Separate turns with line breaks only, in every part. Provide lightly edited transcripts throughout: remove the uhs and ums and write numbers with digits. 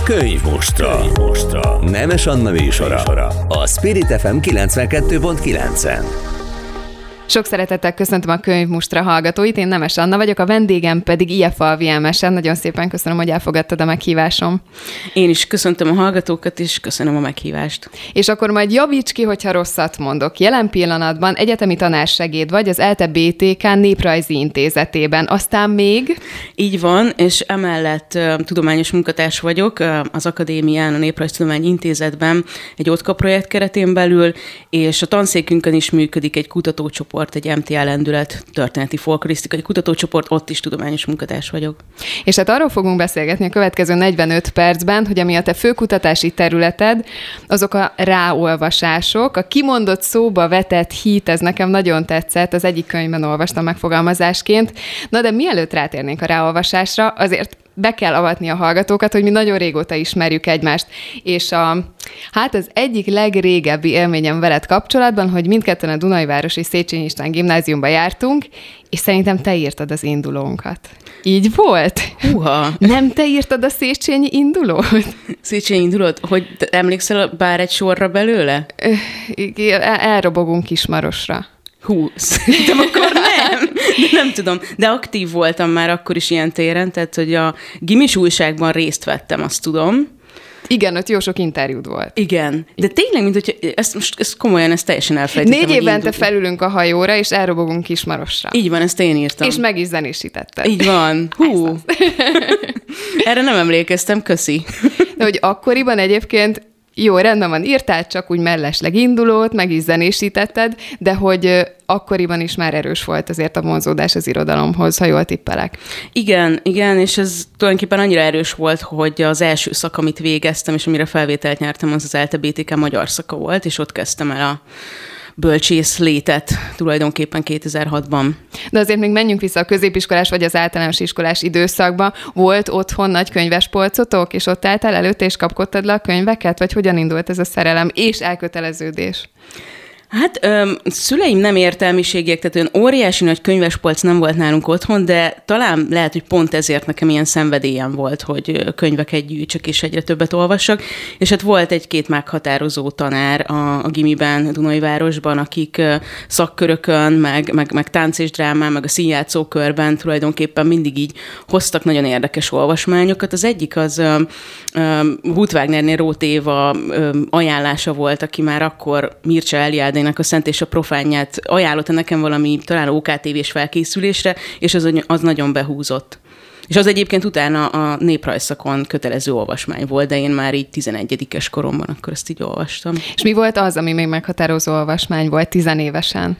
Könyvmustra. Nemes Anna műsora. A Spirit FM 92.9-en.
Sok szeretettel köszöntöm a Könyvmustra hallgatóit, én Nemes Anna vagyok, a vendégem pedig Ilyefalvi Emese. Nagyon szépen köszönöm, hogy elfogadtad a meghívásom.
Én is köszöntöm a hallgatókat, és köszönöm a meghívást.
És akkor majd javíts ki, hogyha rosszat mondok. Jelen pillanatban egyetemi tanársegéd vagy az ELTE BTK Néprajzi Intézetében. Aztán még?
Így van, és emellett tudományos munkatárs vagyok az akadémián, a Néprajztudományi Intézetben egy OTKA projekt keretén belül, és a tanszékünkön is működik egy kutatócsoport, egy MTA lendület, történeti folklorisztikai kutatócsoport, ott is tudományos munkatárs vagyok.
És hát arról fogunk beszélgetni a következő 45 percben, hogy ami a te főkutatási területed, azok a ráolvasások, a kimondott szóba vetett hit, ez nekem nagyon tetszett, az egyik könyvben olvastam megfogalmazásként. Na de mielőtt rátérnénk a ráolvasásra, azért be kell avatni a hallgatókat, hogy mi nagyon régóta ismerjük egymást, és az egyik legrégebbi élményem veled kapcsolatban, hogy mindketten a Dunajvárosi Széchenyi István gimnáziumba jártunk, és szerintem te írtad az indulónkat. Így volt?
Húha!
Nem te írtad a Széchenyi indulót?
Széchenyi indulót? Hogy emlékszel bár egy sorra belőle?
Elrobogunk Kismarosra.
Hú, szerintem akkor nem tudom, de aktív voltam már akkor is ilyen téren, tehát hogy a gimis újságban részt vettem, azt tudom.
Igen, ott jó sok interjúd volt.
Igen, de tényleg, mint hogy ezt komolyan, ezt teljesen elfelejtettem.
4 évente felülünk a hajóra, és elrobogunk Kismarosra.
Így van, ezt én írtam.
És meg is zenésítetted.
Így van. Hú. Erre nem emlékeztem, köszi.
De hogy akkoriban egyébként jó, rendben van, írtál csak úgy mellesleg indulót, meg is zenésítetted, de hogy akkoriban is már erős volt azért a vonzódás az irodalomhoz, ha jól tippelek.
Igen, és ez tulajdonképpen annyira erős volt, hogy az első szak, amit végeztem, és amire felvételt nyertem, az ELTE BTK magyar szaka volt, és ott kezdtem el a bölcsész létet tulajdonképpen 2006-ban.
De azért még menjünk vissza a középiskolás vagy az általános iskolás időszakba. Volt otthon nagy könyvespolcotok, és ott álltál előtte, és kapkodtad le a könyveket? Vagy hogyan indult ez a szerelem és elköteleződés?
Hát szüleim nem értelmiségiek, tehát olyan óriási nagy könyvespolc nem volt nálunk otthon, de talán lehet, hogy pont ezért nekem ilyen szenvedélyem volt, hogy könyveket gyűjtsök és egyre többet olvassak, és hát volt egy-két meghatározó tanár a gimiben, a Dunajvárosban, akik szakkörökön, meg tánc és drámán, meg a színjátszókörben tulajdonképpen mindig így hoztak nagyon érdekes olvasmányokat. Az egyik az Hut Wagnernél Róth Éva ajánlása volt, aki már akkor Mircea Eliade a Szent és a Profánját ajánlotta nekem valami talán OKTV-s felkészülésre, és az nagyon behúzott. És az egyébként utána a néprajzszakon kötelező olvasmány volt, de én már így 11-es koromban akkor ezt így olvastam.
És mi volt az, ami még meghatározó olvasmány volt 10 évesen?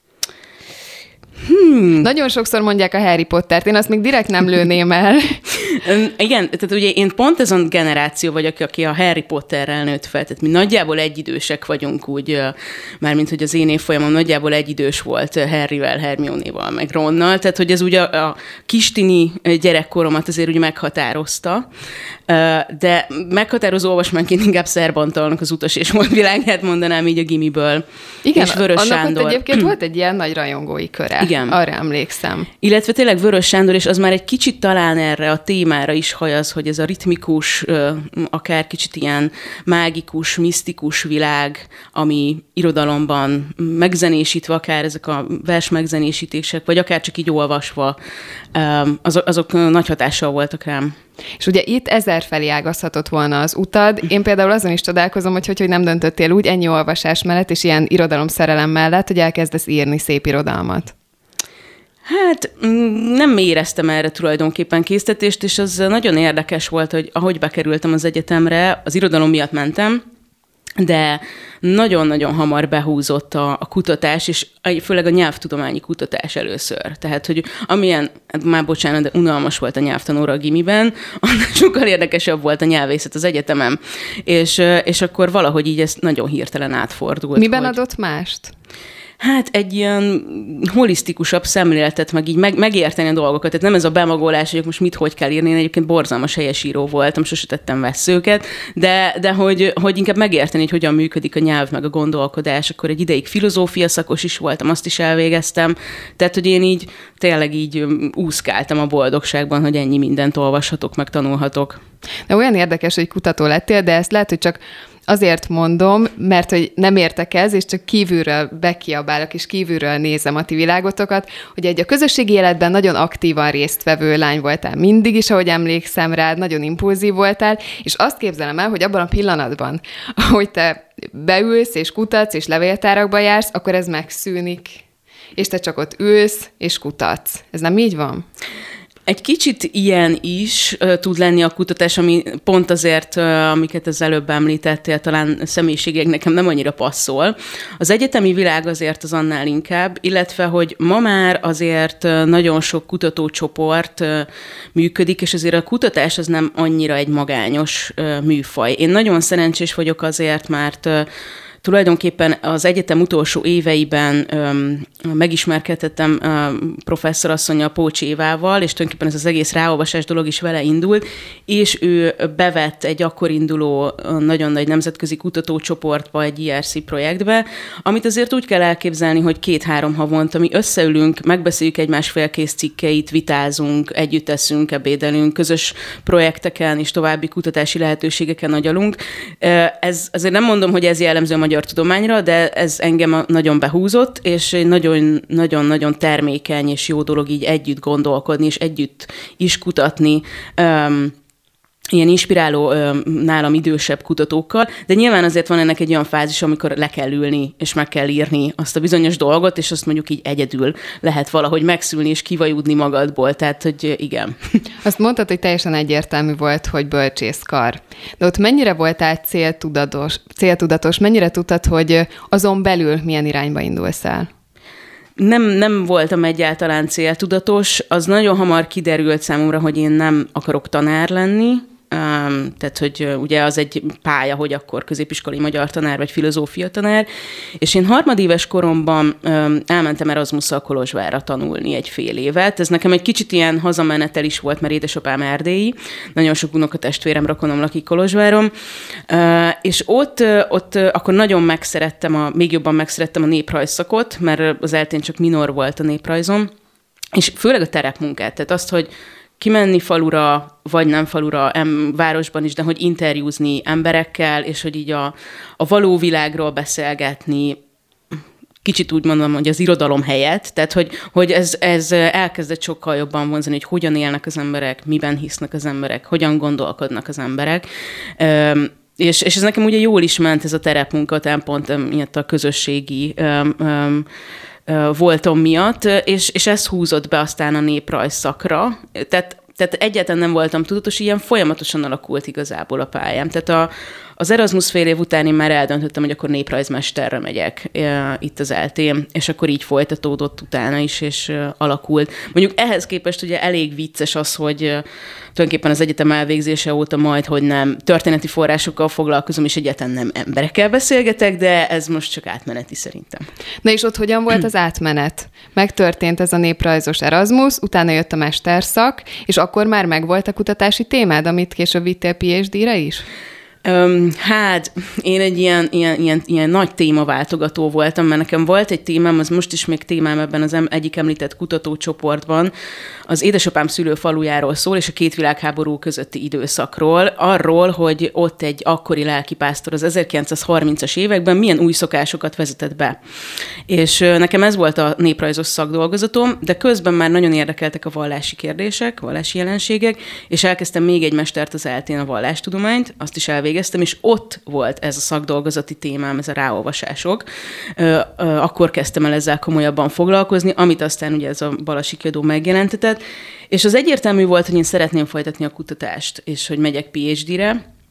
Nagyon sokszor mondják a Harry Pottert, én azt még direkt nem lőném el.
Igen, tehát ugye én pont azon generáció vagyok, aki a Harry Potterrel nőtt fel, tehát mi nagyjából egyidősek vagyunk úgy, mármint hogy az én évfolyamom nagyjából egyidős volt Harryvel, Hermionéval, meg Ronnal, tehát hogy ez ugye a kistini gyerekkoromat azért úgy meghatározta, de meghatározó olvasmányként inkább Szerbantalnak az Utas és Bolygóvilágát mondanám így a gimiből.
Igen,
és Vörös
annak
Sándor.
ott egyébként volt egy ilyen nagy rajongói köre.
Igen.
Arra emlékszem.
Illetve tényleg Vörös Sándor, és az már egy kicsit talán erre a témára is hajaz, hogy ez a ritmikus, akár kicsit ilyen mágikus, misztikus világ, ami irodalomban megzenésítve, akár ezek a vers megzenésítések, vagy akár csak így olvasva, azok nagy hatással voltak rám.
És ugye itt 1000 felé ágazhatott volna az utad. Én például azon is csodálkozom, hogy nem döntöttél úgy ennyi olvasás mellett, és ilyen irodalomszerelem mellett, hogy elkezdesz írni szép irodalmat.
Hát nem éreztem erre tulajdonképpen késztetést, és az nagyon érdekes volt, hogy ahogy bekerültem az egyetemre, az irodalom miatt mentem, de nagyon-nagyon hamar behúzott a kutatás, és főleg a nyelvtudományi kutatás először. Tehát, hogy amilyen, már bocsánat, de unalmas volt a nyelvtanóra a gimiben, annál sokkal érdekesebb volt a nyelvészet az egyetemen. És akkor valahogy így ez nagyon hirtelen átfordult.
Miben adott mást?
Hát egy ilyen holisztikusabb szemléletet, meg így megérteni a dolgokat. Tehát nem ez a bemagolás, hogy most mit, hogy kell írni. Én egyébként borzalmas helyesíró voltam, sose tettem vesszőket, de hogy inkább megérteni, hogy hogyan működik a nyelv, meg a gondolkodás. Akkor egy ideig filozófia szakos is voltam, azt is elvégeztem. Tehát, hogy én így tényleg így úszkáltam a boldogságban, hogy ennyi mindent olvashatok, meg tanulhatok.
De olyan érdekes, hogy kutató lettél, de ezt lehet, hogy csak azért mondom, mert hogy nem értek ez, és csak kívülről bekiabálok, és kívülről nézem a ti világotokat, hogy egy a közösségi életben nagyon aktívan résztvevő lány voltál mindig is, ahogy emlékszem rád, nagyon impulzív voltál, és azt képzelem el, hogy abban a pillanatban, ahogy te beülsz, és kutatsz, és levéltárakba jársz, akkor ez megszűnik, és te csak ott ülsz, és kutatsz. Ez nem így van?
Egy kicsit ilyen is tud lenni a kutatás, ami pont azért, amiket az előbb említettél, talán személyiségek nekem nem annyira passzol. Az egyetemi világ azért az annál inkább, illetve, hogy ma már azért nagyon sok kutatócsoport működik, és azért a kutatás az nem annyira egy magányos műfaj. Én nagyon szerencsés vagyok azért, mert tulajdonképpen az egyetem utolsó éveiben megismerkedtettem professzorasszonnyal, Pócs Évával, és tulajdonképpen ez az egész ráolvasás dolog is vele indult, és ő bevett egy akkor induló nagyon nagy nemzetközi kutatócsoportba, egy IRC projektbe, amit azért úgy kell elképzelni, hogy 2-3 havonta mi összeülünk, megbeszéljük egymás félkész cikkeit, vitázunk, együtt eszünk, ebédelünk, közös projekteken és további kutatási lehetőségeken agyalunk. Ez azért nem mondom, hogy ez jellemző a magyar tudományra, de ez engem nagyon behúzott, és egy nagyon-nagyon termékeny és jó dolog így együtt gondolkodni, és együtt is kutatni, ilyen inspiráló nálam idősebb kutatókkal, de nyilván azért van ennek egy olyan fázis, amikor le kell ülni, és meg kell írni azt a bizonyos dolgot, és azt mondjuk így egyedül lehet valahogy megszülni, és kivajúdni magadból, tehát, hogy igen.
Azt mondtad, hogy teljesen egyértelmű volt, hogy bölcsészkar. De ott mennyire voltál céltudatos, mennyire tudtad, hogy azon belül milyen irányba indulsz el?
Nem voltam egyáltalán céltudatos, az nagyon hamar kiderült számomra, hogy én nem akarok tanár lenni, tehát, hogy ugye az egy pálya, hogy akkor középiskolai magyar tanár, vagy filozófia tanár, és én harmadéves koromban elmentem Erasmusszal Kolozsvárra tanulni egy fél évet. Ez nekem egy kicsit ilyen hazamenetel is volt, mert édesapám erdélyi, nagyon sok unokatestvérem, rokonom lakik Kolozsváron, és ott akkor nagyon még jobban megszerettem a néprajzszakot, mert az eltén csak minor volt a néprajzom, és főleg a terepmunkát, tehát azt, hogy kimenni falura, vagy nem falura, városban is, de hogy interjúzni emberekkel, és hogy így a való világról beszélgetni, kicsit úgy mondom, hogy az irodalom helyett, tehát hogy ez elkezdett sokkal jobban vonzani, hogy hogyan élnek az emberek, miben hisznek az emberek, hogyan gondolkodnak az emberek. És ez nekem ugye jól is ment ez a terepmunka, pont miatt a közösségi voltam miatt, és ez húzott be aztán a néprajz szakra. Tehát egyáltalán nem voltam tudatos, ilyen folyamatosan alakult igazából a pályám. Tehát az Erasmus fél év után én már eldöntöttem, hogy akkor néprajzmesterre megyek itt az eltén, és akkor így folytatódott utána is, és alakult. Mondjuk ehhez képest ugye elég vicces az, hogy tulajdonképpen az egyetem elvégzése óta hogy nem történeti forrásokkal foglalkozom, és egyáltalán nem emberekkel beszélgetek, de ez most csak átmeneti szerintem.
Na és ott hogyan volt az átmenet? Megtörtént ez a néprajzos Erasmus, utána jött a mesterszak, és akkor már megvolt a kutatási témád, amit később vittél PhD-re is?
Hát, én egy ilyen nagy témaváltogató voltam, mert nekem volt egy témám, az most is még témám ebben az egyik említett kutatócsoportban, az édesapám szülőfalujáról szól, és a két világháború közötti időszakról, arról, hogy ott egy akkori lelkipásztor az 1930-as években milyen új szokásokat vezetett be. És nekem ez volt a néprajzos szakdolgozatom, de közben már nagyon érdekeltek a vallási kérdések, vallási jelenségek, és elkezdtem még egy mestert az eltén, a vallástudományt, azt is elvégeztem, és ott volt ez a szakdolgozati témám, ez a ráolvasások. Akkor kezdtem el ezzel komolyabban foglalkozni, amit aztán ugye ez a Balasi kiadó megjelentetett, és az egyértelmű volt, hogy én szeretném folytatni a kutatást, és hogy megyek PhD-re,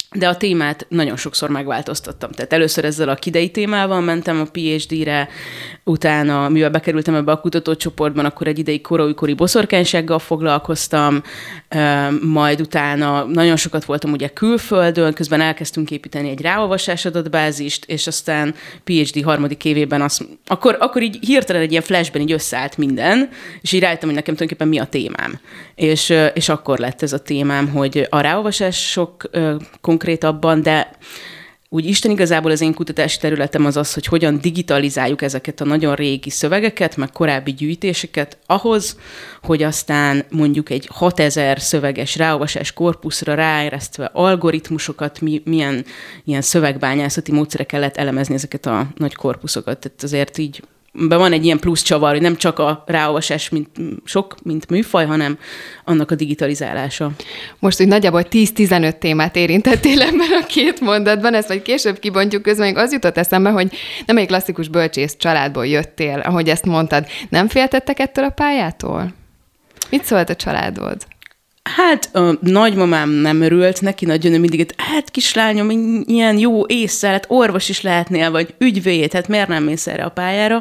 de a témát nagyon sokszor megváltoztattam. Tehát először ezzel a kidei témával mentem a PhD-re, utána, mivel bekerültem ebbe a kutatócsoportban, akkor egy ideig korai boszorkánysággal foglalkoztam, majd utána nagyon sokat voltam ugye külföldön, közben elkezdtünk építeni egy ráolvasás adatbázist, és aztán PhD harmadik évében akkor így hirtelen egy ilyen flashben így összeállt minden, és így rájöttem, hogy nekem tulajdonképpen mi a témám. És akkor lett ez a témám, hogy a ráolvasások konkrétabban, de úgy Isten igazából az én kutatási területem az, hogy hogyan digitalizáljuk ezeket a nagyon régi szövegeket, meg korábbi gyűjtéseket ahhoz, hogy aztán mondjuk egy 6000 szöveges ráolvasás korpuszra ráeresztve algoritmusokat, milyen ilyen szövegbányászati módszerekkel lehet elemezni ezeket a nagy korpuszokat. Tehát azért így van egy ilyen plusz csavar, hogy nem csak a ráolvasás mint műfaj, hanem annak a digitalizálása.
Most úgy nagyjából 10-15 témát érintettél ebben a 2 mondatban, ezt majd később kibontjuk, közben még az jutott eszembe, hogy nem egy klasszikus bölcsész családból jöttél, ahogy ezt mondtad. Nem féltettek ettől a pályától? Mit szólt a családod?
Hát a nagymamám nem örült neki, nagyon mindig, hát kislányom, ilyen jó ésszel, hát orvos is lehetnél, vagy ügyvéd, hát miért nem mész erre a pályára?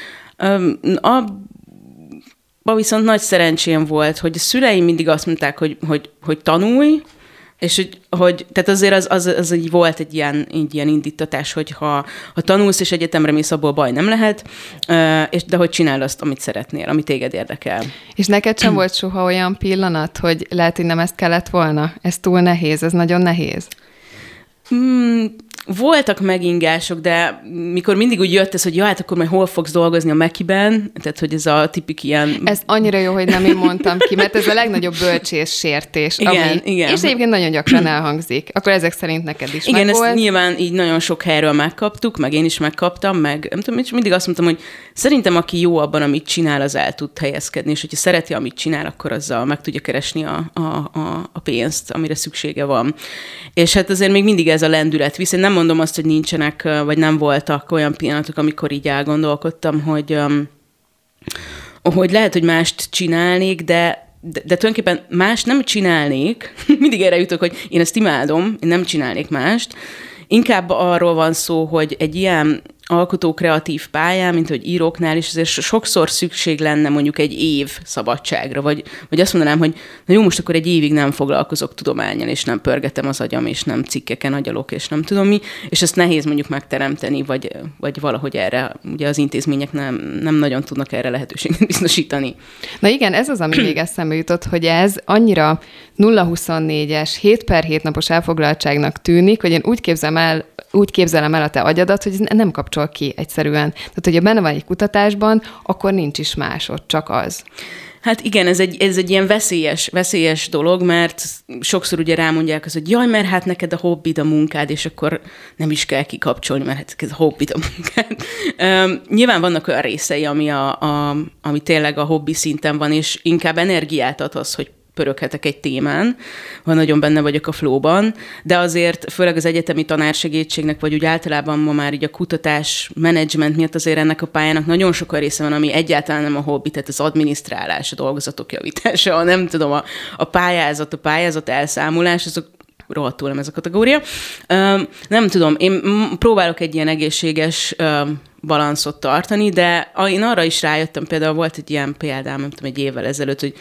Abban viszont nagy szerencsém volt, hogy a szüleim mindig azt mondták, hogy tanulj, és hogy tehát azért az így volt egy ilyen indítatás, hogy ha tanulsz és egyetemre mész, abból baj nem lehet, de hogy csináld azt, amit szeretnél, ami téged érdekel.
És neked sem volt soha olyan pillanat, hogy lehet, hogy nem ezt kellett volna? Ez túl nehéz, ez nagyon nehéz?
Voltak megingások, de mikor mindig úgy jött ez, hogy hát akkor majd hol fogsz dolgozni a Mekiben, tehát hogy ez a tipik ilyen...
Ez annyira jó, hogy nem én mondtam ki, mert ez a legnagyobb bölcsész sértés.
Igen.
És egyébként nagyon gyakran elhangzik. Akkor ezek szerint neked is
igen,
megvolt.
Ezt nyilván így nagyon sok helyről megkaptuk, meg én is megkaptam, meg nem tudom, és mindig azt mondtam, hogy szerintem aki jó abban, amit csinál, az el tud helyezkedni, és hogyha szereti, amit csinál, akkor azzal meg tudja keresni a pénzt, amire szüksége van. És hát azért még mindig ez a lendület visz. Nem mondom azt, hogy nincsenek, vagy nem voltak olyan pillanatok, amikor így elgondolkodtam, hogy lehet, hogy mást csinálnék, de tulajdonképpen más nem csinálnék. Mindig erre jutok, hogy én ezt imádom, én nem csinálnék mást. Inkább arról van szó, hogy egy ilyen alkotó-kreatív pályán, mint hogy íróknál is, azért sokszor szükség lenne mondjuk egy év szabadságra, vagy azt mondanám, hogy na jó, most akkor egy évig nem foglalkozok tudománnyal, és nem pörgetem az agyam, és nem cikkeken agyalok, és nem tudom mi, és ezt nehéz mondjuk megteremteni, vagy valahogy erre, ugye az intézmények nem nagyon tudnak erre lehetőséget biztosítani.
Na igen, ez az, ami még eszembe jutott, hogy ez annyira 0-24-es, 7/7 napos elfoglaltságnak tűnik, hogy én úgy képzelem el a te agyadat, hogy ez nem kapcsol ki egyszerűen. Tehát, hogyha benne van egy kutatásban, akkor nincs is más, ott csak az.
Hát igen, ez egy ilyen veszélyes dolog, mert sokszor ugye rámondják az, hogy jaj, mert hát neked a hobbid a munkád, és akkor nem is kell kikapcsolni, mert hát ez a hobbid a munkád. Nyilván vannak olyan részei, ami tényleg a hobbi szinten van, és inkább energiát ad az, hogy pöröghetek egy témán, ha nagyon benne vagyok a flowban, de azért főleg az egyetemi tanársegédségnek, vagy úgy általában ma már így a kutatás, menedzsment miatt azért ennek a pályának nagyon sok a része van, ami egyáltalán nem a hobbi, tehát az adminisztrálás, a dolgozatok javítása, nem tudom, a pályázat elszámolás, azok rohadtul nem ez a kategória. Nem tudom, én próbálok egy ilyen egészséges balanszot tartani, de én arra is rájöttem, például volt egy ilyen példám, nem tudom, egy évvel ezelőtt, hogy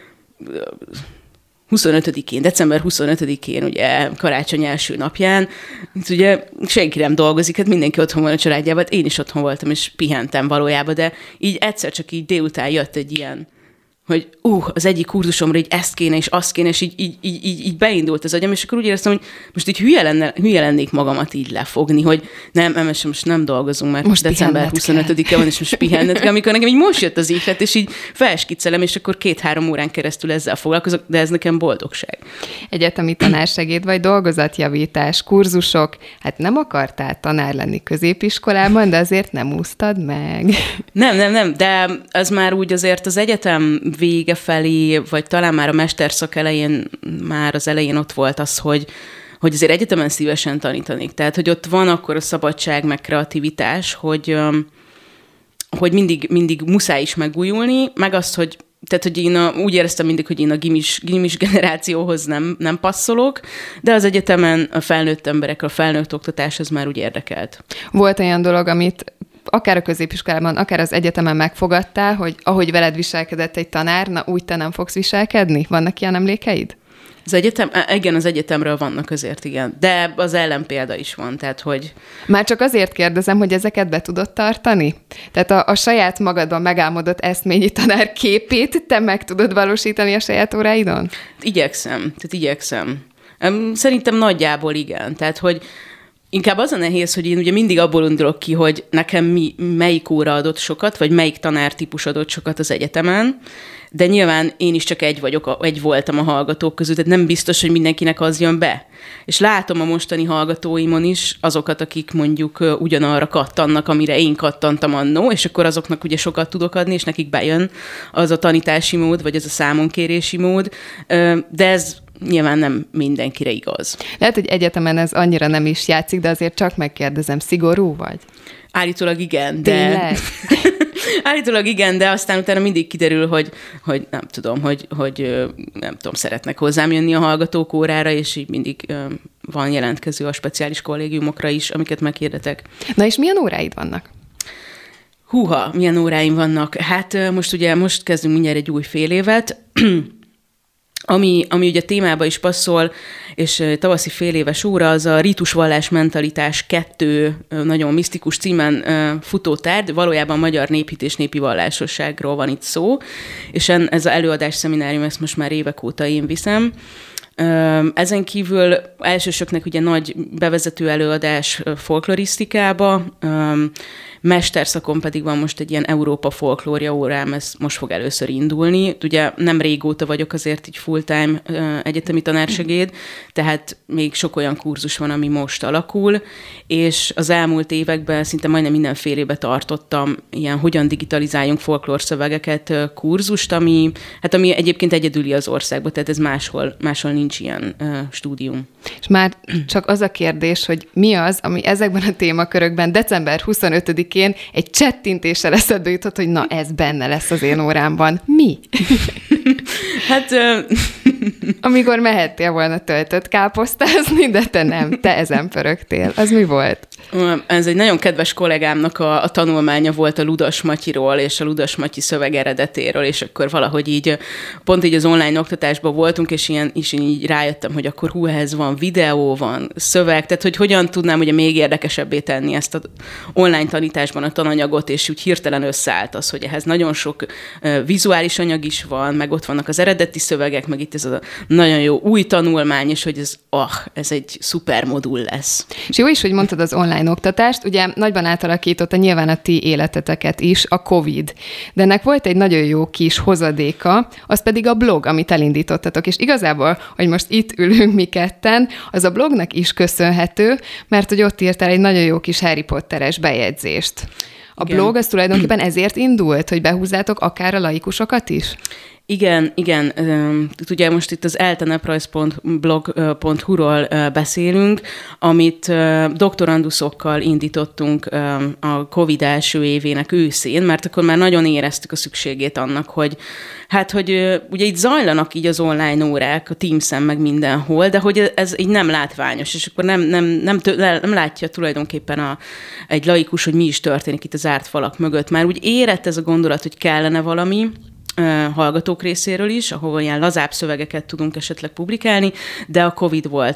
25-én, december 25-én, ugye karácsony első napján, ugye senki nem dolgozik, hát mindenki otthon van a családjában, én is otthon voltam, és pihentem valójában, de így egyszer csak így délután jött egy ilyen, hogy az egyik kurzusomra így ezt kéne, és azt kéne, és így beindult az agyam, és akkor úgy éreztem, hogy most így hülye lennék magamat így lefogni, hogy nem, most nem dolgozunk, mert most december 25-e van, és most pihenned kell, amikor nekem így most jött az ihlet, és így felskiccelem, és akkor 2-3 órán keresztül ezzel foglalkozok, de ez nekem boldogság. Egyetemi
tanársegéd vagy dolgozatjavítás, kurzusok, hát nem akartál tanár lenni középiskolában, de azért nem úsztad meg.
Nem, de az már úgy azért az egyetem vége felé, vagy talán már a mesterszak elején, már az elején ott volt az, hogy azért egyetemen szívesen tanítanék. Tehát, hogy ott van akkor a szabadság, meg kreativitás, hogy mindig muszáj is megújulni, meg azt, hogy Tehát, hogy én úgy éreztem mindig, hogy én a gimis generációhoz nem passzolok, de az egyetemen a felnőtt emberek, a felnőtt oktatás az már úgy érdekelt.
Volt olyan dolog, amit akár a középiskolában, akár az egyetemen megfogadtál, hogy ahogy veled viselkedett egy tanár, na úgy te nem fogsz viselkedni? Vannak ilyen emlékeid?
Az egyetemről vannak azért, igen. De az ellenpélda is van, tehát hogy...
Már csak azért kérdezem, hogy ezeket be tudod tartani? Tehát a saját magadban megálmodott eszményi tanár képét te meg tudod valósítani a saját óráidon?
Igyekszem. Szerintem nagyjából igen. Tehát, hogy inkább az a nehéz, hogy én ugye mindig abból indulok ki, hogy nekem melyik óra adott sokat, vagy melyik tanártípus adott sokat az egyetemen, de nyilván én is csak egy voltam a hallgatók között, tehát nem biztos, hogy mindenkinek az jön be. És látom a mostani hallgatóimon is azokat, akik mondjuk ugyanarra kattannak, amire én kattantam annó, és akkor azoknak ugye sokat tudok adni, és nekik bejön az a tanítási mód, vagy az a számonkérési mód, de ez nyilván nem mindenkire igaz.
Lehet, hogy egyetemen ez annyira nem is játszik, de azért csak megkérdezem, szigorú vagy?
Állítólag igen, de...
Tényleg?
Állítólag igen, de aztán utána mindig kiderül, hogy nem tudom, hogy szeretnek hozzám jönni a hallgatók órára, és így mindig van jelentkező a speciális kollégiumokra is, amiket meghirdetek.
Na és milyen óráid vannak?
Húha, milyen óráim vannak? Hát most kezdünk mindjárt egy új fél évet, ami ugye témába is passzol, és tavaszi féléves óra, az a Rítusvallás mentalitás 2 nagyon misztikus címen futó tárgy, valójában magyar néphit és népi vallásosságról van itt szó, és ez az előadás szeminárium, ezt most már évek óta én viszem. Ezen kívül elsősöknek ugye nagy bevezető előadás folklorisztikába, mesterszakon pedig van most egy ilyen Európa folklórja órám, ez most fog először indulni. Ugye nem régóta vagyok azért így full-time egyetemi tanársegéd, tehát még sok olyan kurzus van, ami most alakul, és az elmúlt években szinte majdnem mindenfélébe tartottam ilyen hogyan digitalizáljunk folklórszövegeket kurzust, ami egyébként egyedüli az országban, tehát ez máshol nincs ilyen stúdium.
És már csak az a kérdés, hogy mi az, ami ezekben a témakörökben december 25-én egy csettintéssel eszedbe jutott, hogy na, ez benne lesz az én órámban. Mi?
Hát...
Amikor mehettél volna töltött káposztázni, de te nem, te ezen pörögtél. Az mi volt?
Ez egy nagyon kedves kollégámnak a tanulmánya volt a Ludas Matyiról, és a Ludas Matyi szöveg eredetéről, és akkor valahogy így, pont így az online oktatásban voltunk, és így rájöttem, hogy akkor ehhez van videó, van szöveg, tehát hogy hogyan tudnám ugye még érdekesebbé tenni ezt az online tanításban a tananyagot, és úgy hirtelen összeállt az, hogy ehhez nagyon sok vizuális anyag is van, meg ott vannak az eredeti szövegek, meg itt ez a nagyon jó új tanulmány, és hogy ez egy szuper modul lesz.
És jó is, hogy mondtad az online oktatást, ugye nagyban átalakította nyilván a ti életeteket is a COVID, de ennek volt egy nagyon jó kis hozadéka, az pedig a blog, amit elindítottatok, és igazából, hogy most itt ülünk mi ketten, az a blognak is köszönhető, mert hogy ott írtál egy nagyon jó kis Harry Potteres bejegyzést. A blog az tulajdonképpen ezért indult, hogy behúzzátok akár a laikusokat is?
Igen. Ugye most itt az elteneprajz.blog.hu-ról beszélünk, amit doktoranduszokkal indítottunk a COVID első évének őszén, mert akkor már nagyon éreztük a szükségét annak, hogy ugye itt zajlanak így az online órák, a Teams-en meg mindenhol, de hogy ez így nem látványos, és akkor nem látja tulajdonképpen egy laikus, hogy mi is történik itt az zárt falak mögött. Már úgy érett ez a gondolat, hogy kellene valami, hallgatók részéről is, ahol ilyen lazább szövegeket tudunk esetleg publikálni, de a COVID volt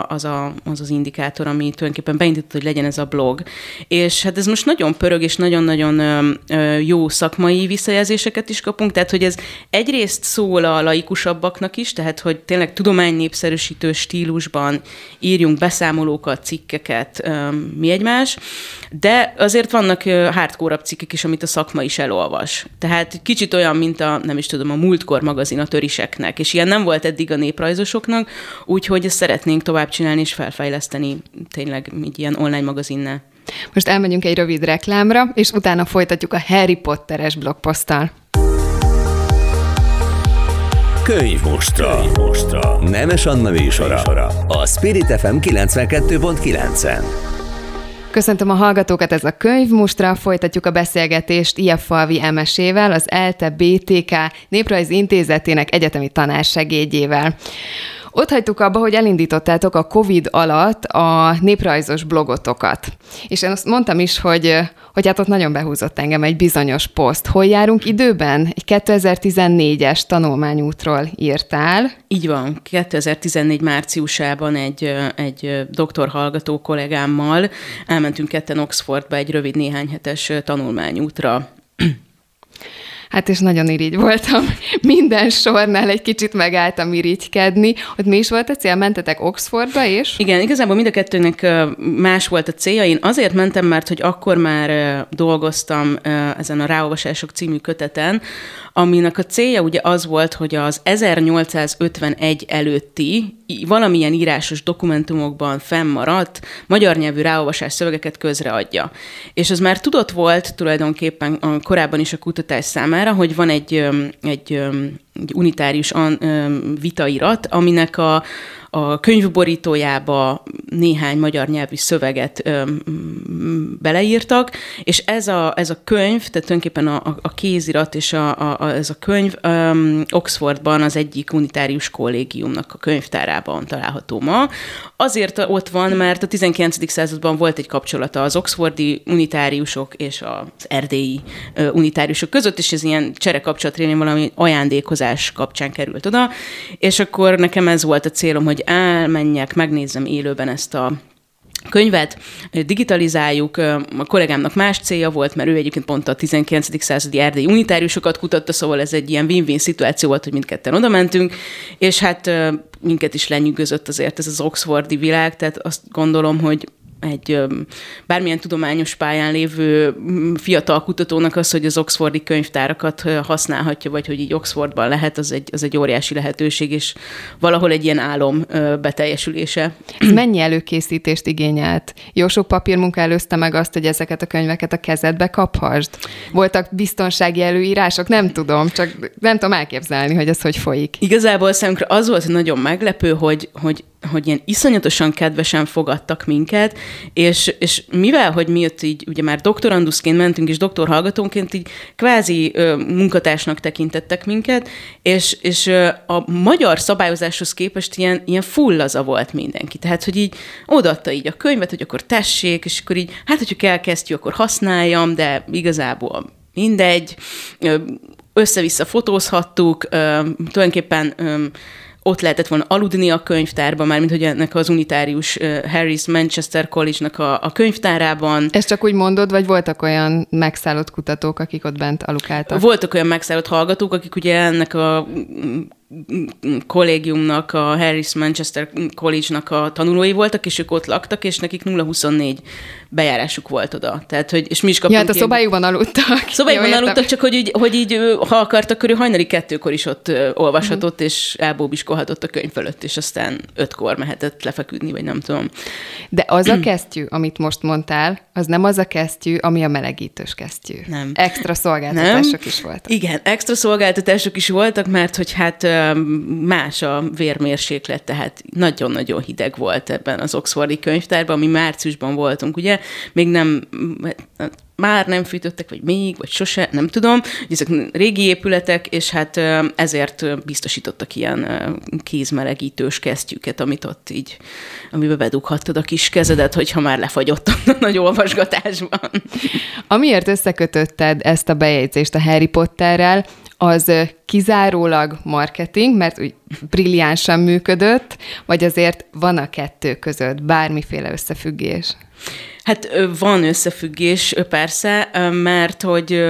az indikátor, ami tulajdonképpen beindított, hogy legyen ez a blog. És hát ez most nagyon pörög, és nagyon-nagyon jó szakmai visszajelzéseket is kapunk, tehát hogy ez egyrészt szól a laikusabbaknak is, tehát hogy tényleg tudománynépszerűsítő stílusban írjunk beszámolókat, cikkeket, mi egymás, de azért vannak hardcore-abb cikkek is, amit a szakma is elolvas. Tehát kicsit olyan, mint a Múltkor magazin a töriseknek, és ilyen nem volt eddig a néprajzosoknak, úgyhogy ezt szeretnénk tovább csinálni és felfejleszteni tényleg így ilyen online magazinnál.
Most elmegyünk egy rövid reklámra, és utána folytatjuk a Harry Potteres blogposzttal.
Könyvmostra. Nemes Anna műsora. A Spirit FM 92.9-en.
Köszöntöm a hallgatókat, ez a Könyvmustra, folytatjuk a beszélgetést Ilyes-Falvi Emesével, az ELTE BTK Néprajzi Intézetének egyetemi tanársegédjével. Ott hagytuk abba, hogy elindítottátok a Covid alatt a néprajzos blogotokat. És én azt mondtam is, hogy hát ott nagyon behúzott engem egy bizonyos poszt. Hol járunk időben? Egy 2014-es tanulmányútról írtál.
Így van. 2014 márciusában egy doktorhallgató kollégámmal elmentünk ketten Oxfordba egy rövid néhány hetes tanulmányútra.
Hát és nagyon irigy voltam. Minden sornál egy kicsit megálltam irigykedni. Ott mi is volt a cél? Mentetek Oxfordba is?
Igen, igazából mind a kettőnek más volt a célja. Én azért mentem, mert hogy akkor már dolgoztam ezen a Ráolvasások című köteten, aminek a célja ugye az volt, hogy az 1851 előtti valamilyen írásos dokumentumokban fennmaradt magyar nyelvű ráolvasás szövegeket közreadja. És az már tudott volt tulajdonképpen korábban is a kutatás számára, hogy van egy unitárius vitairat, aminek a könyvborítójába néhány magyar nyelvű szöveget beleírtak, és ez a könyv, tehát tulajdonképpen a kézirat és ez a könyv Oxfordban az egyik unitárius kollégiumnak a könyvtárában található ma. Azért ott van, mert a 19. században volt egy kapcsolata az oxfordi unitáriusok és az erdélyi unitáriusok között, és ez ilyen cserekapcsolat révén valami ajándékozás kapcsán került oda, és akkor nekem ez volt a célom, hogy elmenjek, megnézzem élőben ezt a könyvet, digitalizáljuk. A kollégámnak más célja volt, mert ő egyébként pont a 19. századi erdélyi unitáriusokat kutatta, szóval ez egy ilyen win-win szituáció volt, hogy mindketten oda mentünk, és hát minket is lenyűgözött azért ez az oxfordi világ, tehát azt gondolom, hogy egy bármilyen tudományos pályán lévő fiatal kutatónak az, hogy az oxfordi könyvtárakat használhatja, vagy hogy így Oxfordban lehet, az egy óriási lehetőség, és valahol egy ilyen álom beteljesülése.
Ez mennyi előkészítést igényelt? Jó sok papírmunka előzte meg azt, hogy ezeket a könyveket a kezedbe kaphasd? Voltak biztonsági előírások? Nem tudom, csak nem tudom elképzelni, hogy ez hogy folyik.
Igazából számunkra az volt nagyon meglepő, hogy ilyen iszonyatosan kedvesen fogadtak minket, és mivel, hogy mi ott így ugye már doktoranduszként mentünk, és doktorhallgatónként így kvázi munkatársnak tekintettek minket, és a magyar szabályozáshoz képest ilyen full laza volt mindenki. Tehát, hogy így odaadta így a könyvet, hogy akkor tessék, és akkor így, hát, hogyha elkezdjük, akkor használjam, de igazából mindegy, össze-vissza fotózhattuk, tulajdonképpen ott lehetett volna aludni a könyvtárban, mármint hogy ennek az unitárius Harris Manchester College-nak a könyvtárában.
Ezt csak úgy mondod, vagy voltak olyan megszállott kutatók, akik ott bent alukáltak?
Voltak olyan megszállott hallgatók, akik ugye ennek a kollégiumnak, a Harris Manchester College-nak a tanulói voltak, és ők ott laktak, és nekik 0-24 bejárásuk volt oda. Tehát, hogy, és mi is kaptunk.
Ja, hát a szobájukban aludtak.
Szobájukban aludtak, csak hogy így, ha akartak, akkor ő hajnali 2-kor is ott olvashatott, és elbóbiskolhatott a könyv fölött, és aztán 5-kor mehetett lefeküdni, vagy nem tudom.
De az a kesztyű, amit most mondtál, az nem az a kesztyű, ami a melegítős kesztyű.
Nem.
Extra szolgáltatások is voltak.
Igen, extra szolgáltatások is voltak, mert hogy hát más a vérmérséklet, tehát nagyon-nagyon hideg volt ebben az oxfordi könyvtárban, ami márciusban voltunk, ugye? Még nem, már nem fűtöttek, vagy még, vagy sose, nem tudom. Ezek régi épületek, és hát ezért biztosítottak ilyen kézmelegítős kesztyűket, amit ott így, amiben bedughattad a kis kezedet, hogyha már lefagyott a nagy olvasgatásban. Amiért
összekötötted ezt a bejegyzést a Harry Potterrel, az kizárólag marketing, mert úgy brilliánsan működött, vagy azért van a kettő között bármiféle összefüggés?
Hát van összefüggés, persze, mert hogy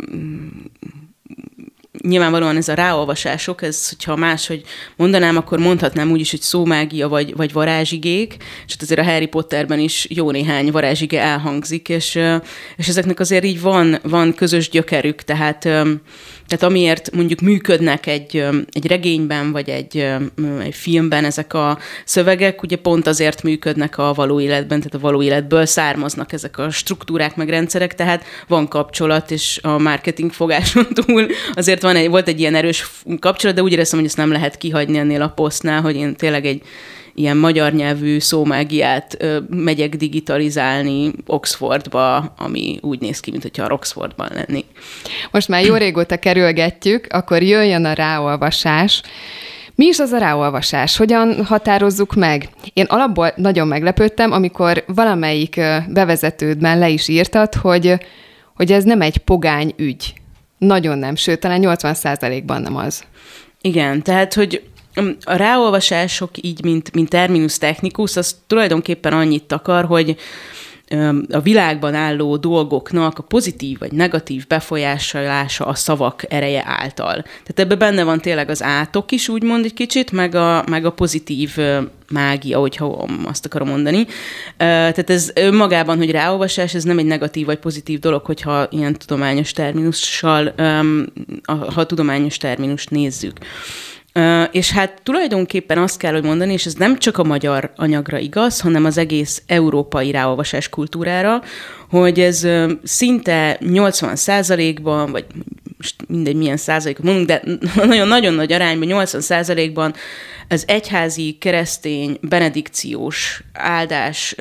nyilvánvalóan ez a ráolvasások, ez, hogyha máshogy mondanám, akkor mondhatnám úgy is, hogy szómágia vagy varázsigék, és hát azért a Harry Potterben is jó néhány varázsige elhangzik, és ezeknek azért így van közös gyökerük, tehát amiért mondjuk működnek egy regényben, vagy egy filmben ezek a szövegek, ugye pont azért működnek a való életben, tehát a való életből származnak ezek a struktúrák meg rendszerek, tehát van kapcsolat, és a marketing fogáson túl azért van volt egy ilyen erős kapcsolat, de úgy éreztem, hogy ezt nem lehet kihagyni ennél a posztnál, hogy én tényleg egy ilyen magyar nyelvű szómágiát megyek digitalizálni Oxfordba, ami úgy néz ki, mint hogyha Oxfordban lennék.
Most már jó régóta kerülgetjük, akkor jöjjön a ráolvasás. Mi is az a ráolvasás? Hogyan határozzuk meg? Én alapból nagyon meglepődtem, amikor valamelyik bevezetődben le is írtad, hogy ez nem egy pogány ügy. Nagyon nem, sőt, talán 80%-ban nem az.
Igen, tehát, hogy a ráolvasások így, mint terminus technicus, az tulajdonképpen annyit akar, hogy a világban álló dolgoknak a pozitív vagy negatív befolyásolása a szavak ereje által. Tehát ebben benne van tényleg az átok is, úgymond egy kicsit, meg a pozitív mágia, hogyha azt akarom mondani. Tehát ez önmagában, hogy ráolvasás, ez nem egy negatív vagy pozitív dolog, hogyha ilyen tudományos terminussal, ha tudományos terminust nézzük. És hát tulajdonképpen azt kell, hogy mondani, és ez nem csak a magyar anyagra igaz, hanem az egész európai ráolvasás kultúrára, hogy ez szinte 80%-ban, vagy most mindegy milyen százalékot mondunk, de nagyon-nagyon nagy arányban, 80%-ban az egyházi, keresztény, benedikciós áldás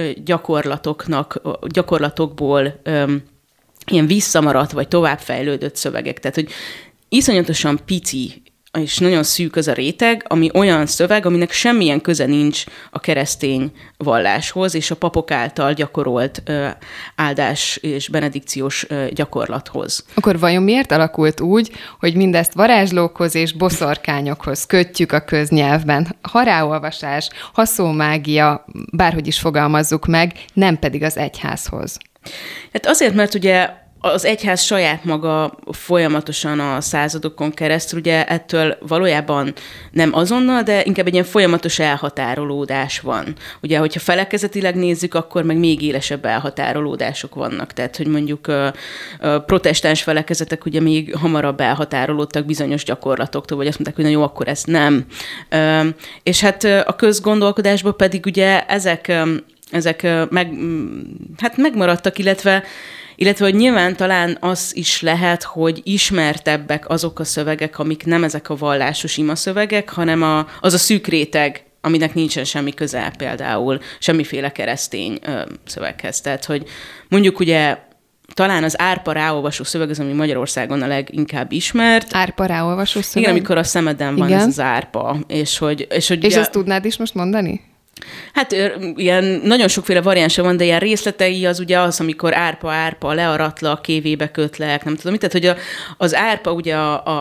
gyakorlatokból ilyen visszamaradt, vagy továbbfejlődött szövegek. Tehát, hogy iszonyatosan pici és nagyon szűk az a réteg, ami olyan szöveg, aminek semmilyen köze nincs a keresztény valláshoz, és a papok által gyakorolt áldás és benedikciós gyakorlathoz.
Akkor vajon miért alakult úgy, hogy mindezt varázslókhoz és boszorkányokhoz kötjük a köznyelvben? Ha ráolvasás, ha szómágia, bárhogy is fogalmazzuk meg, nem pedig az egyházhoz.
Hát azért, mert ugye az egyház saját maga folyamatosan a századokon keresztül, ugye ettől valójában nem azonnal, de inkább egy ilyen folyamatos elhatárolódás van. Ugye, hogyha felekezetileg nézzük, akkor meg még élesebb elhatárolódások vannak. Tehát, hogy mondjuk protestáns felekezetek ugye még hamarabb elhatárolódtak bizonyos gyakorlatoktól, vagy azt mondták, hogy na jó, akkor ez nem. És hát a közgondolkodásban pedig ugye ezek megmaradtak, illetve hogy nyilván talán az is lehet, hogy ismertebbek azok a szövegek, amik nem ezek a vallásos imaszövegek, hanem az a szűk réteg, aminek nincsen semmi köze például semmiféle keresztény szöveghez. Tehát, hogy mondjuk ugye talán az árpa ráolvasó szöveg az, ami Magyarországon a leginkább ismert.
Árpa ráolvasó szöveg?
Igen, amikor a szemeden van ez az árpa. És
ugye, ezt tudnád is most mondani?
Hát ilyen nagyon sokféle variánsa van, de ilyen részletei az ugye az, amikor árpa, learatlak, kévébe kötlek, nem tudom mit. Tehát, hogy az árpa ugye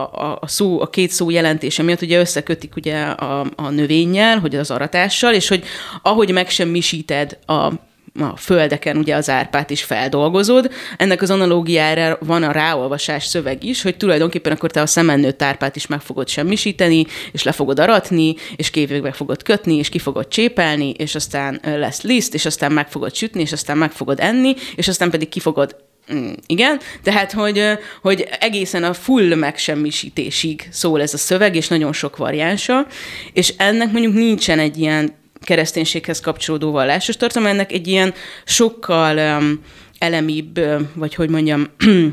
a két szó jelentése miatt ugye összekötik ugye a növényel, hogy az aratással, és hogy ahogy megsemmisíted a földeken ugye az árpát is feldolgozod. Ennek az analógiára van a ráolvasás szöveg is, hogy tulajdonképpen akkor te a szemen nőtt árpát is meg fogod semmisíteni, és le fogod aratni, és kévébe fogod kötni, és ki fogod csépelni, és aztán lesz liszt, és aztán meg fogod sütni, és aztán meg fogod enni, és aztán pedig ki fogod igen, tehát, hogy egészen a full megsemmisítésig szól ez a szöveg, és nagyon sok variánsa, és ennek mondjuk nincsen egy ilyen kereszténységhez kapcsolódó vallásos tartalma, ennek egy ilyen sokkal elemibb, vagy hogy mondjam,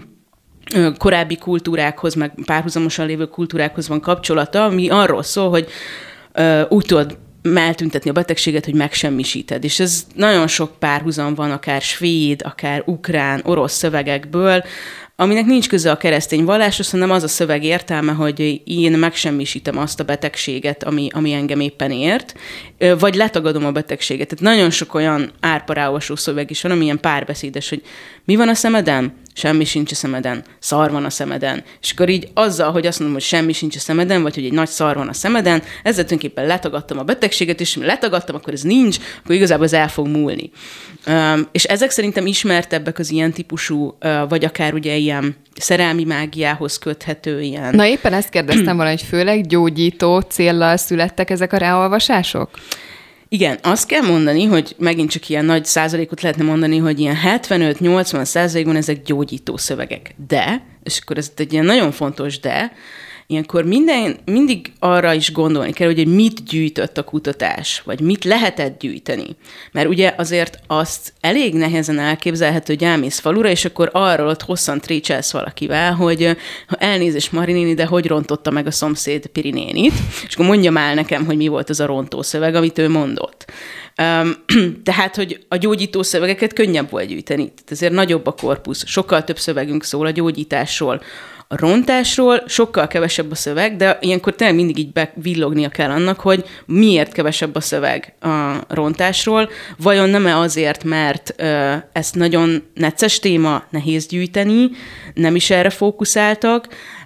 korábbi kultúrákhoz, meg párhuzamosan lévő kultúrákhoz van kapcsolata, ami arról szól, hogy úgy tudod eltüntetni a betegséget, hogy megsemmisíted. És ez nagyon sok párhuzam van, akár svéd, akár ukrán, orosz szövegekből, aminek nincs köze a keresztény valláshoz, hanem az a szöveg értelme, hogy én megsemmisítem azt a betegséget, ami engem éppen ért, vagy letagadom a betegséget. Tehát nagyon sok olyan árpa ráolvasó szöveg is van, ami ilyen párbeszédes, hogy mi van a szemeden? Semmi sincs a szemeden, szar van a szemeden. És akkor így azzal, hogy azt mondom, hogy semmi sincs a szemeden, vagy hogy egy nagy szar van a szemeden, ezzel tulajdonképpen letagadtam a betegséget, és letagadtam, akkor ez nincs, akkor igazából ez el fog múlni. És ezek szerintem ismertebbek az ilyen típusú, vagy akár ugye ilyen szerelmi mágiához köthető ilyen.
Na éppen ezt kérdeztem volna, hogy főleg gyógyító céllal születtek ezek a ráolvasások?
Igen, azt kell mondani, hogy megint csak ilyen nagy százalékot lehetne mondani, hogy ilyen 75-80%-ban ezek gyógyító szövegek. De, és akkor ez egy ilyen nagyon fontos de, ilyenkor mindig arra is gondolni kell, hogy mit gyűjtött a kutatás, vagy mit lehetett gyűjteni. Mert ugye azért azt elég nehezen elképzelhető, hogy elmész falura, és akkor arról ott hosszan trécselsz valakivel, hogy elnézést Mari néni, de hogy rontotta meg a szomszéd Piri nénit, és akkor mondjam el nekem, hogy mi volt az a rontó szöveg, amit ő mondott. Tehát, hogy a gyógyító szövegeket könnyebb volt gyűjteni. Tehát ezért nagyobb a korpusz, sokkal több szövegünk szól a gyógyításról. A rontásról sokkal kevesebb a szöveg, de ilyenkor tényleg mindig így bevillognia kell annak, hogy miért kevesebb a szöveg a rontásról. Vajon nem-e azért, mert ez nagyon necces téma, nehéz gyűjteni, nem is erre fókuszáltak,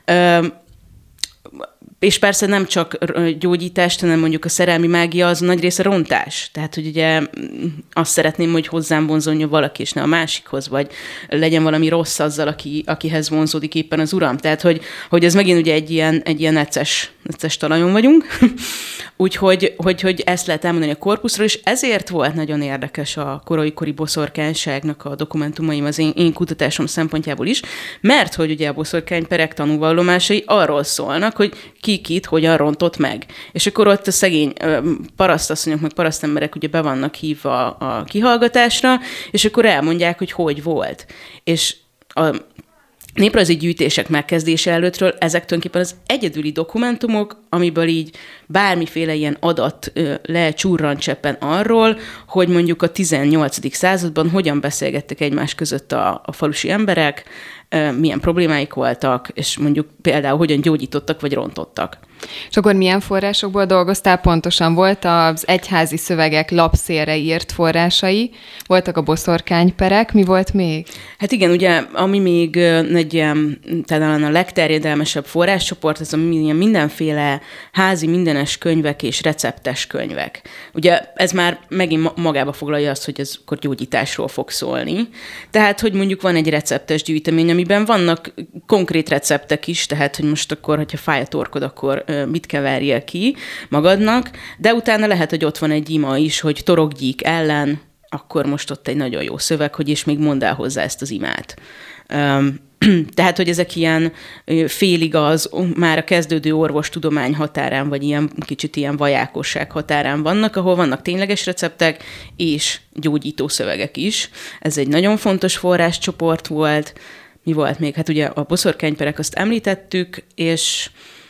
és persze nem csak gyógyítást, hanem mondjuk a szerelmi mágia az nagy része rontás. Tehát, hogy ugye azt szeretném, hogy hozzám vonzódjon valaki, és ne a másikhoz, vagy legyen valami rossz azzal, akihez vonzódik éppen az uram. Tehát, hogy ez megint ugye egy ilyen necces talajon vagyunk. Úgyhogy ezt lehet elmondani a korpuszról, és ezért volt nagyon érdekes a korai boszorkányságnak a dokumentumaim az én kutatásom szempontjából is, mert hogy ugye a boszorkányperek tanúvallomásai arról szólnak, hogy kit hogyan rontott meg. És akkor ott a szegény parasztasszonyok, meg parasztemberek ugye be vannak hívva a kihallgatásra, és akkor elmondják, hogy volt. És a néprajzi gyűjtések megkezdése előttről ezek tulajdonképpen az egyedüli dokumentumok, amiből így bármiféle ilyen adat lecsurran cseppen arról, hogy mondjuk a 18. században hogyan beszélgettek egymás között a falusi emberek, milyen problémáik voltak, és mondjuk például hogyan gyógyítottak vagy rontottak.
És akkor milyen forrásokból dolgoztál pontosan? Volt az egyházi szövegek lapszélre írt forrásai, voltak a boszorkányperek, mi volt még?
Hát igen, ugye, ami még egy ilyen, talán a legterjedelmesebb forráscsoport, az a mindenféle házi mindenes könyvek és receptes könyvek. Ugye ez már megint magába foglalja azt, hogy ez akkor gyógyításról fog szólni. Tehát, hogy mondjuk van egy receptes gyűjtemény, amiben vannak konkrét receptek is, tehát, hogy most akkor, hogyha fáj a torkod, akkor mit keverjél ki magadnak, de utána lehet, hogy ott van egy ima is, hogy torokgyík ellen, akkor most ott egy nagyon jó szöveg, hogy és még mondd el hozzá ezt az imát. Tehát, hogy ezek ilyen féligaz, már a kezdődő orvostudomány határán, vagy ilyen kicsit ilyen vajákosság határán vannak, ahol vannak tényleges receptek és gyógyító szövegek is. Ez egy nagyon fontos forráscsoport volt. Mi volt még? Hát ugye a boszorkányperek, azt említettük, és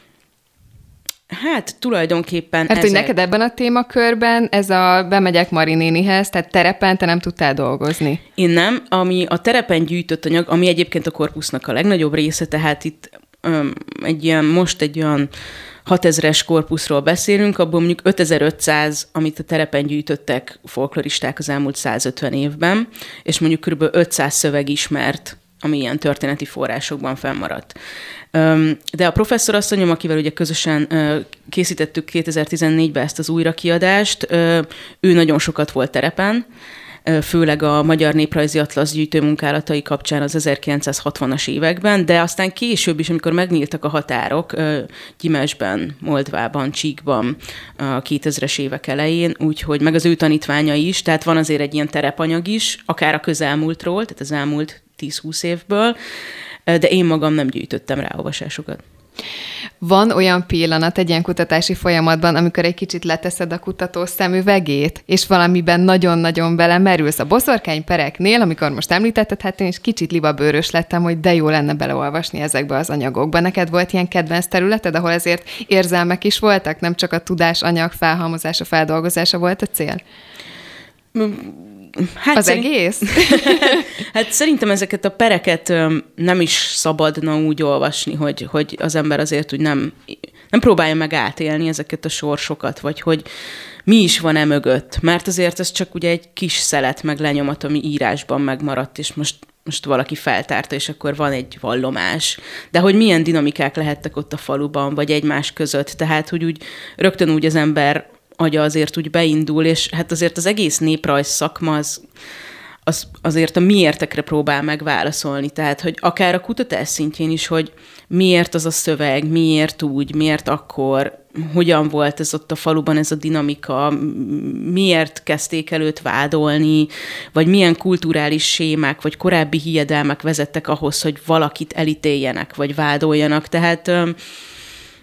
hát tulajdonképpen
hát, hogy neked ebben a témakörben ez a bemegyek Mari nénihez, tehát terepen te nem tudtál dolgozni.
Én nem, ami a terepen gyűjtött anyag, ami egyébként a korpusznak a legnagyobb része, tehát itt egy olyan 6000-es korpuszról beszélünk, abból mondjuk 5500, amit a terepen gyűjtöttek folkloristák az elmúlt 150 évben, és mondjuk kb. 500 szöveg ismert, ami ilyen történeti forrásokban fennmaradt. De a professzorasszonyom, akivel ugye közösen készítettük 2014-ben ezt az újrakiadást, ő nagyon sokat volt terepen, főleg a Magyar Néprajzi Atlasz gyűjtő munkálatai kapcsán az 1960-as években, de aztán később is, amikor megnyíltak a határok, Gyimesben, Moldvában, Csíkban a 2000-es évek elején, úgyhogy meg az ő tanítványai is, tehát van azért egy ilyen terepanyag is, akár a közelmúltról, tehát az elmúlt 10-20 évből, de én magam nem gyűjtöttem rá olvasásokat.
Van olyan pillanat egy ilyen kutatási folyamatban, amikor egy kicsit leteszed a kutató szemüvegét, és valamiben nagyon-nagyon belemerülsz a boszorkánypereknél, amikor most említetted, hát én is kicsit libabőrös lettem, hogy de jó lenne beleolvasni ezekbe az anyagokba. Neked volt ilyen kedvenc területed, ahol ezért érzelmek is voltak, nem csak a tudásanyag felhalmozása, feldolgozása volt a cél? Hát az egész?
Hát szerintem ezeket a pereket nem is szabadna úgy olvasni, hogy az ember azért úgy nem próbálja meg átélni ezeket a sorsokat, vagy hogy mi is van mögött. Mert azért ez csak ugye egy kis szelet meg lenyomat, ami írásban megmaradt, és most valaki feltárta, és akkor van egy vallomás. De hogy milyen dinamikák lehettek ott a faluban, vagy egymás között. Tehát, hogy úgy rögtön úgy az ember agya azért úgy beindul, és hát azért az egész néprajz szakma az azért a miértekre próbál megválaszolni. Tehát, hogy akár a kutatás szintjén is, hogy miért az a szöveg, miért úgy, miért akkor, hogyan volt ez ott a faluban ez a dinamika, miért kezdték el őt vádolni, vagy milyen kulturális sémák, vagy korábbi hiedelmek vezettek ahhoz, hogy valakit elítéljenek, vagy vádoljanak. Tehát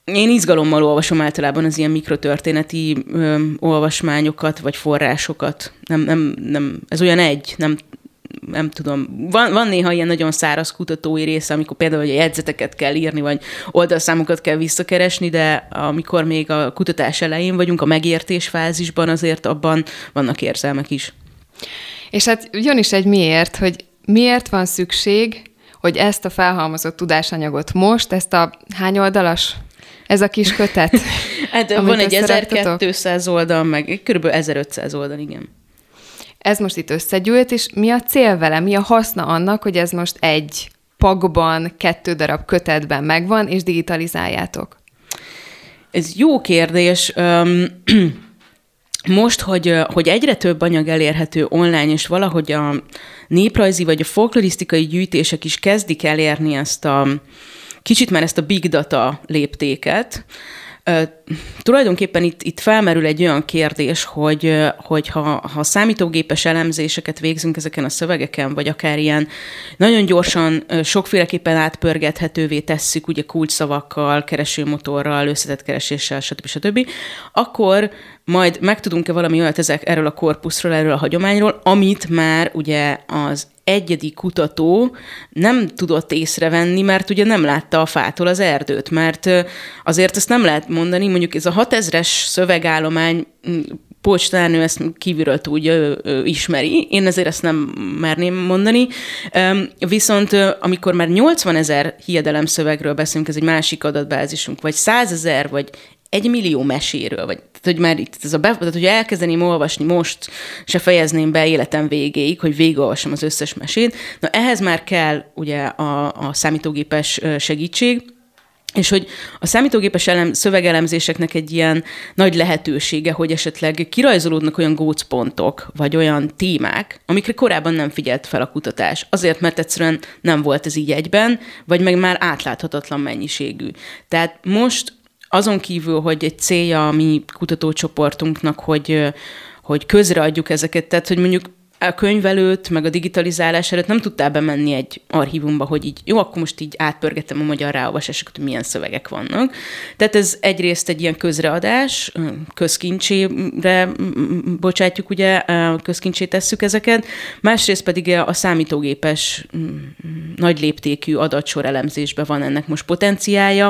Én izgalommal olvasom általában az ilyen mikrotörténeti olvasmányokat, vagy forrásokat. Nem, ez olyan nem tudom. Van néha ilyen nagyon száraz kutatói része, amikor például hogy jegyzeteket kell írni, vagy oldalszámokat kell visszakeresni, de amikor még a kutatás elején vagyunk, a megértés fázisban, azért abban vannak érzelmek is.
És hát jön is egy miért, hogy miért van szükség, hogy ezt a felhalmozott tudásanyagot most, ezt a hány oldalas? Ez a kis kötet?
Hát van egy 1200 oldal, meg kb. 1500 oldal, igen.
Ez most itt összegyűlt, és mi a cél vele? Mi a haszna annak, hogy ez most egy pakban, 2 darab kötetben megvan, és digitalizáljátok?
Ez jó kérdés. Most, hogy egyre több anyag elérhető online, és valahogy a néprajzi vagy a folklorisztikai gyűjtések is kezdik elérni ezt a big data léptéket, tulajdonképpen itt felmerül egy olyan kérdés, hogy ha számítógépes elemzéseket végzünk ezeken a szövegeken, vagy akár ilyen nagyon gyorsan, sokféleképpen átpörgethetővé tesszük, ugye kulcsszavakkal, keresőmotorral, összetett kereséssel, stb., akkor majd megtudunk-e valami olyat erről a korpuszról, erről a hagyományról, amit már ugye az egyedi kutató nem tudott észrevenni, mert ugye nem látta a fától az erdőt, mert azért ezt nem lehet mondani, mondjuk ez a 6000-es szövegállomány, Pócs tanárnő ezt kívülről tudja, ő ismeri, én ezért ezt nem merném mondani, viszont amikor már 80 000 hiedelemszövegről beszélünk, ez egy másik adatbázisunk, vagy 100 000, vagy 1 millió meséről, vagy hogy már itt tehát, hogy elkezdeném olvasni most, se fejezném be életem végéig, hogy végigolvasom az összes mesét. Na ehhez már kell ugye a számítógépes segítség, és hogy a számítógépes szövegelemzéseknek egy ilyen nagy lehetősége, hogy esetleg kirajzolódnak olyan gócpontok, vagy olyan témák, amikre korábban nem figyelt fel a kutatás. Azért, mert egyszerűen nem volt ez így egyben, vagy meg már átláthatatlan mennyiségű. Tehát most azon kívül, hogy egy célja a mi kutatócsoportunknak, hogy közreadjuk ezeket, tehát hogy mondjuk a könyv előtt, meg a digitalizálás előtt nem tudtál bemenni egy archívumba, hogy így, jó, akkor most így átpörgettem a magyar ráolvasásokat, hogy milyen szövegek vannak. Tehát ez egyrészt egy ilyen közreadás, közkincsére bocsátjuk, ugye, közkincsé tesszük ezeket, másrészt pedig a számítógépes nagy léptékű adatsor elemzésben van ennek most potenciálja.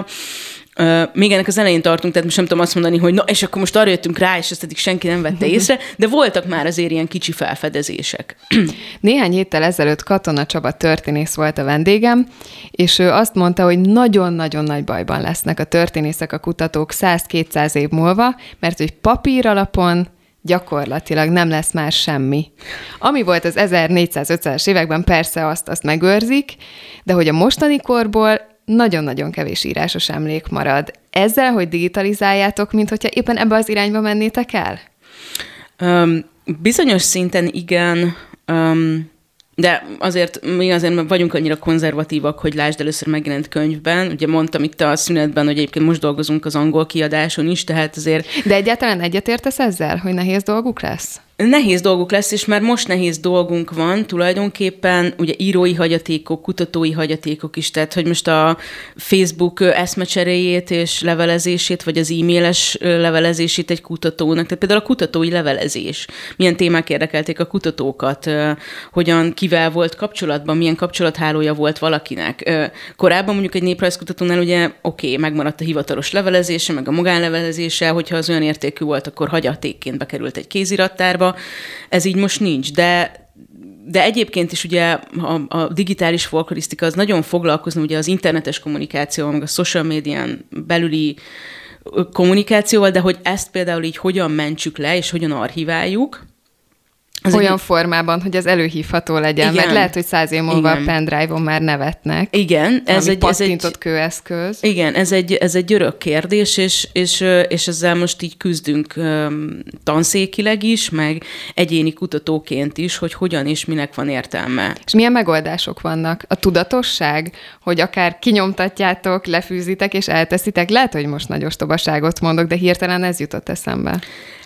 Még ennek az elején tartunk, tehát most nem tudom azt mondani, hogy na, és akkor most arra jöttünk rá, és ezt eddig senki nem vette észre, de voltak már azért ilyen kicsi felfedezések.
Néhány héttel ezelőtt Katona Csaba történész volt a vendégem, és ő azt mondta, hogy nagyon-nagyon nagy bajban lesznek a történészek, a kutatók 100-200 év múlva, mert hogy papír alapon gyakorlatilag nem lesz már semmi. Ami volt az 1400-500-es években, persze azt megőrzik, de hogy a mostani korból nagyon-nagyon kevés írásos emlék marad. Ezzel, hogy digitalizáljátok, mint hogyha éppen ebbe az irányba mennétek el?
Bizonyos szinten igen, de azért mi azért vagyunk annyira konzervatívak, hogy lásd, először megjelent könyvben. Ugye mondtam itt a szünetben, hogy egyébként most dolgozunk az angol kiadáson is, tehát azért...
De egyáltalán egyetértesz ezzel, hogy nehéz dolguk lesz?
Nehéz dolguk lesz, és már most nehéz dolgunk van tulajdonképpen, ugye írói hagyatékok, kutatói hagyatékok is, tehát hogy most a Facebook eszmecseréjét és levelezését, vagy az e-mailes levelezését egy kutatónak, tehát például a kutatói levelezés, milyen témák érdekelték a kutatókat, hogyan, kivel volt kapcsolatban, milyen kapcsolathálója volt valakinek. Korábban mondjuk egy néprajzkutatónál ugye megmaradt a hivatalos levelezése, meg a magánlevelezése, hogyha az olyan értékű volt, akkor hagyatékként bekerült egy kézirattárba. Ez így most nincs, de egyébként is ugye a digitális folklorisztika az nagyon foglalkozna ugye az internetes kommunikációval, meg a social médián belüli kommunikációval, de hogy ezt például így hogyan mentsük le, és hogyan archiváljuk.
Olyan formában, hogy az előhívható legyen, igen, mert lehet, hogy 100 év múlva a pendrive-on már nevetnek.
Igen.
Ez egy pattintott kőeszköz.
Igen, ez egy örök kérdés, és ezzel most így küzdünk tanszékileg is, meg egyéni kutatóként is, hogy hogyan és minek van értelme.
És milyen megoldások vannak? A tudatosság, hogy akár kinyomtatjátok, lefűzitek és elteszitek? Lehet, hogy most nagy ostobaságot mondok, de hirtelen ez jutott eszembe.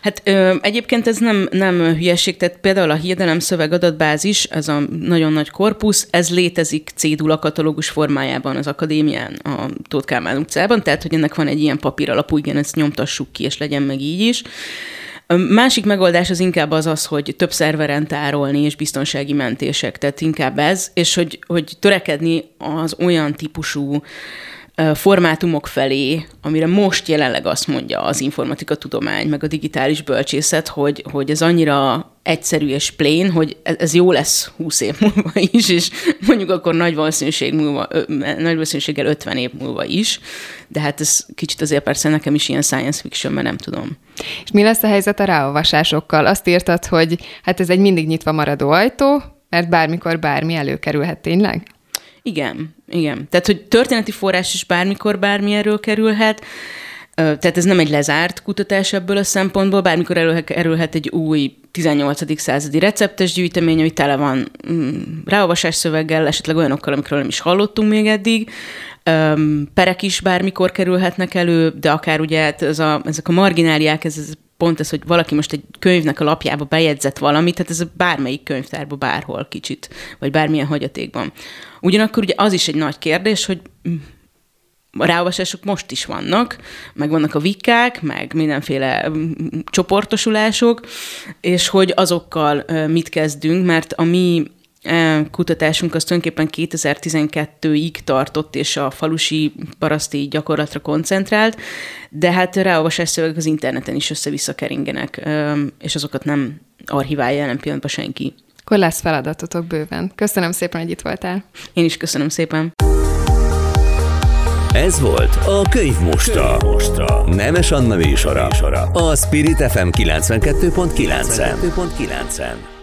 Hát egyébként ez nem hülyeség, tehát például a Hirdelem szövegadatbázis, ez a nagyon nagy korpusz, ez létezik cédula katalógus formájában az akadémián, a Tóth Kálmán utcában, tehát hogy ennek van egy ilyen papíralapú, igen, ezt nyomtassuk ki, és legyen meg így is. Másik megoldás az inkább az, hogy több szerveren tárolni, és biztonsági mentések, tehát inkább ez, és hogy törekedni az olyan típusú formátumok felé, amire most jelenleg azt mondja az informatika tudomány, meg a digitális bölcsészet, hogy ez annyira egyszerű és plain, hogy ez jó lesz 20 év múlva is, és mondjuk akkor nagy valószínűséggel 50 év múlva is, de hát ez kicsit azért persze nekem is ilyen science fiction, mert nem tudom.
És mi lesz a helyzet a ráolvasásokkal? Azt írtad, hogy hát ez egy mindig nyitva maradó ajtó, mert bármikor bármi előkerülhet tényleg?
Igen. Tehát, hogy történeti forrás is bármikor bármi előkerülhet, tehát ez nem egy lezárt kutatás ebből a szempontból, bármikor előkerülhet egy új 18. századi receptes gyűjtemény, ami tele van ráolvasás szöveggel, esetleg olyanokkal, amikről nem is hallottunk még eddig. Perek is bármikor kerülhetnek elő, de akár ugye ezek a margináliák, ez pont ez, hogy valaki most egy könyvnek a lapjába bejegyzett valamit, tehát ez bármelyik könyvtárba bárhol kicsit, vagy bármilyen hagyatékban. Ugyanakkor ugye az is egy nagy kérdés, hogy a ráolvasások most is vannak, meg vannak a vikák, meg mindenféle csoportosulások, és hogy azokkal mit kezdünk, mert a mi kutatásunk az tulajdonképpen 2012-ig tartott, és a falusi paraszti gyakorlatra koncentrált, de hát ráolvasás szövegek az interneten is össze-vissza keringenek, és azokat nem archiválja jelen pillanatban senki.
Akkor lesz feladatotok bőven. Köszönöm szépen, hogy itt voltál.
Én is köszönöm szépen.
Ez volt a Könyvmustra. Nemes Anna műsora. A Spirit FM 92.9-en.